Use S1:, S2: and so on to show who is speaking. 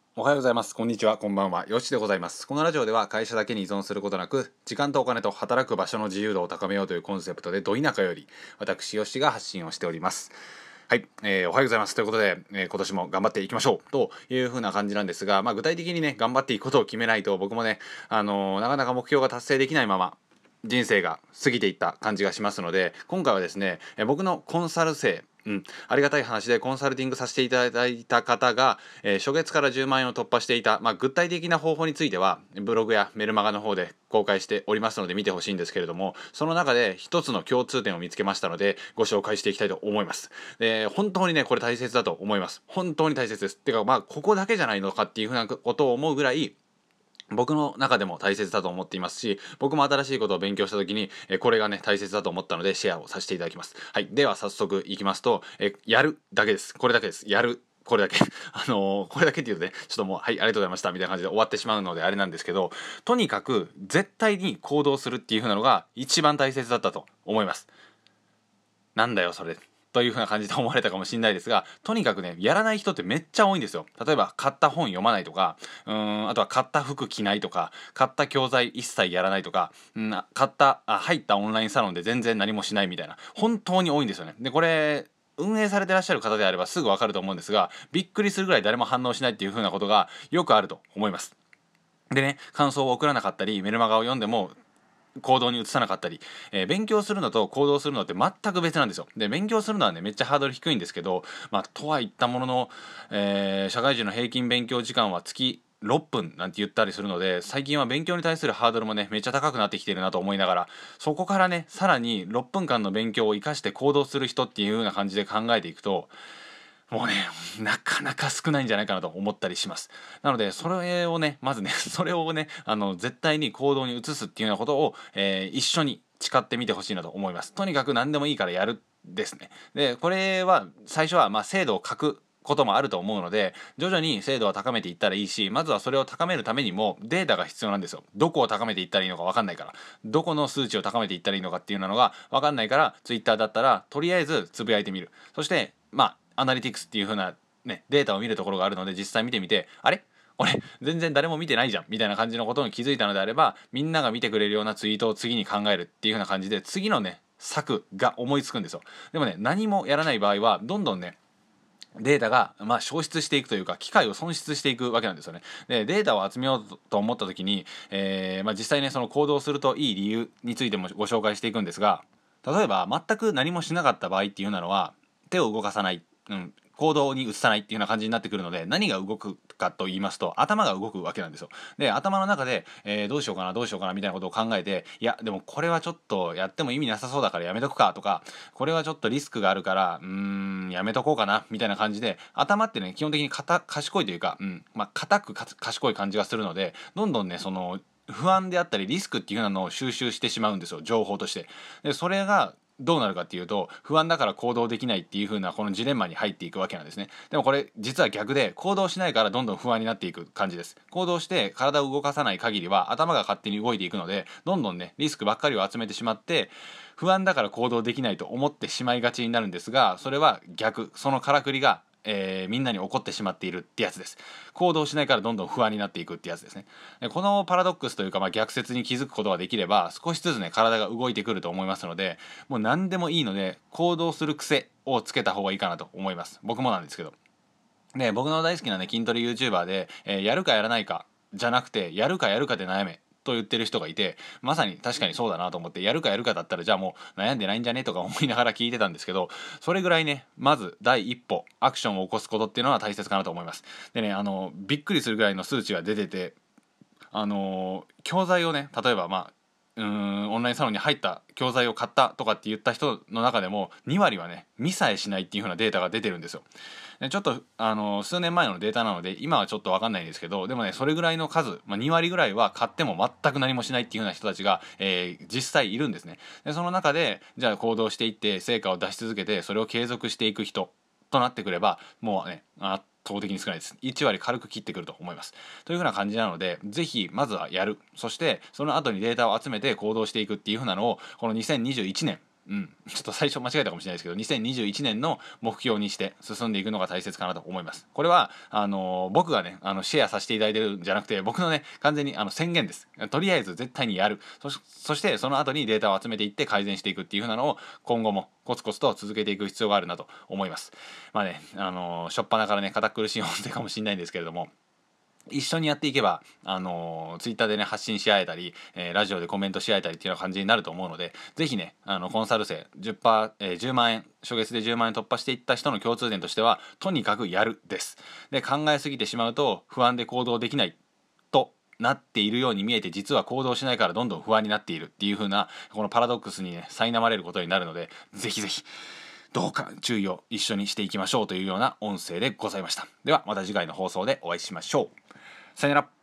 S1: おはようございます。こんにちは。こんばんは。よしでございます。このラジオでは会社だけに依存することなく、時間とお金と働く場所の自由度を高めようというコンセプトで、ど田舎より私よしが発信をしております。はい、おはようございます。ということで、今年も頑張っていきましょうという風な感じなんですが、具体的にね、頑張っていくことを決めないと、僕もね、なかなか目標が達成できないまま、人生が過ぎていった感じがしますので、今回はですね、僕のコンサル生、ありがたい話でコンサルティングさせていただいた方が、初月から10万円を突破していた、具体的な方法についてはブログやメルマガの方で公開しておりますので見てほしいんですけれども、その中で一つの共通点を見つけましたのでご紹介していきたいと思います。本当にねこれ大切だと思います。本当に大切です。てかここだけじゃないのかっていうふうなことを思うぐらい僕の中でも大切だと思っていますし、僕も新しいことを勉強した時に、これがね大切だと思ったのでシェアをさせていただきます。はい、では早速いきますと、やるだけです。これだけです。やる、これだけこれだけっていうとね、ちょっともうはいありがとうございましたみたいな感じで終わってしまうのであれなんですけど、とにかく絶対に行動するっていう風なのが一番大切だったと思います。なんだよそれという風な感じで思われたかもしれないですが、とにかくねやらない人ってめっちゃ多いんですよ。例えば買った本読まないとか、あとは買った服着ないとか、買った教材一切やらないとか、入ったオンラインサロンで全然何もしないみたいな、本当に多いんですよね。でこれ運営されてらっしゃる方であればすぐわかると思うんですが、びっくりするぐらい誰も反応しないっていう風なことがよくあると思います。でね、感想を送らなかったりメルマガを読んでも行動に移さなかったり、勉強するのと行動するのって全く別なんですよ。で勉強するのはねめっちゃハードル低いんですけど、とは言ったものの、社会人の平均勉強時間は月6分なんて言ったりするので、最近は勉強に対するハードルもねめっちゃ高くなってきてるなと思いながら、そこからねさらに6分間の勉強を生かして行動する人っていう風な感じで考えていくと、もうねなかなか少ないんじゃないかなと思ったりします。なのでそれをねまずねそれをね絶対に行動に移すっていうようなことを、一緒に誓ってみてほしいなと思います。とにかく何でもいいからやるですね。でこれは最初は精度を欠くこともあると思うので、徐々に精度を高めていったらいいし、まずはそれを高めるためにもデータが必要なんですよ。どこを高めていったらいいのか分かんないから、どこの数値を高めていったらいいのかっていうのが分かんないから、 Twitter だったらとりあえずつぶやいてみる。そしてアナリティクスっていう風なねデータを見るところがあるので、実際見てみて、あれ俺全然誰も見てないじゃんみたいな感じのことに気づいたのであれば、みんなが見てくれるようなツイートを次に考えるっていう風な感じで次のね策が思いつくんですよ。でもね何もやらない場合はどんどんねデータが消失していくというか機械を損失していくわけなんですよね。でデータを集めようと思った時に、実際ねその行動するといい理由についてもご紹介していくんですが、例えば全く何もしなかった場合っていうのは手を動かさない、行動に移さないっていうような感じになってくるので、何が動くかと言いますと頭が動くわけなんですよ。で頭の中で、どうしようかなどうしようかなみたいなことを考えて、いやでもこれはちょっとやっても意味なさそうだからやめとくかとか、これはちょっとリスクがあるからやめとこうかなみたいな感じで、頭ってね基本的に賢いというか、硬く賢い感じがするので、どんどんねその不安であったりリスクっていうのを収集してしまうんですよ、情報として。でそれがどうなるかっていうと、不安だから行動できないっていう風なこのジレンマに入っていくわけなんですね。でもこれ実は逆で、行動しないからどんどん不安になっていく感じです。行動して体を動かさない限りは頭が勝手に動いていくので、どんどんねリスクばっかりを集めてしまって、不安だから行動できないと思ってしまいがちになるんですが、それは逆、そのからくりがみんなに起こってしまっているってやつです。行動しないからどんどん不安になっていくってやつですね。でこのパラドックスというか、逆説に気づくことができれば少しずつね体が動いてくると思いますので、もう何でもいいので行動する癖をつけた方がいいかなと思います。僕もなんですけど。で僕の大好きなね筋トレ YouTuber で、やるかやらないかじゃなくてやるかやるかで悩めと言ってる人がいて、まさに確かにそうだなと思って、やるかやるかだったらじゃあもう悩んでないんじゃねとか思いながら聞いてたんですけど、それぐらいねまず第一歩アクションを起こすことっていうのは大切かなと思います。でねびっくりするぐらいの数値が出てて、教材をね例えばオンラインサロンに入った教材を買ったとかって言った人の中でも2割はね見さえしないっていう風なデータが出てるんですよ。でちょっと数年前のデータなので今はちょっと分かんないんですけど、でもねそれぐらいの数、2割ぐらいは買っても全く何もしないっていう風な人たちが、実際いるんですね。でその中でじゃあ行動していって成果を出し続けてそれを継続していく人となってくれば、もうね圧倒的に少ないです。1割軽く切ってくると思います。というふうな感じなので、ぜひまずはやる、そしてその後にデータを集めて行動していくっていうふうなのをこの2021年ちょっと最初間違えたかもしれないですけど、2021年の目標にして進んでいくのが大切かなと思います。これは僕がねシェアさせていただいてるんじゃなくて、僕のね完全に宣言です。とりあえず絶対にやる。そしてその後にデータを集めていって改善していくっていう風なのを今後もコツコツと続けていく必要があるなと思います。まあね初っ端からね堅苦しい音声かもしれないんですけれども、一緒にやっていけば、ツイッターでね発信し合えたり、ラジオでコメントし合えたりっていうような感じになると思うので、ぜひねコンサル生10万円初月で10万円突破していった人の共通点としては、とにかくやるです。で、考えすぎてしまうと不安で行動できないとなっているように見えて、実は行動しないからどんどん不安になっているっていう風なこのパラドックスにね苛まれることになるので、ぜひぜひどうか注意を一緒にしていきましょうというような音声でございました。ではまた次回の放送でお会いしましょう。さよなら。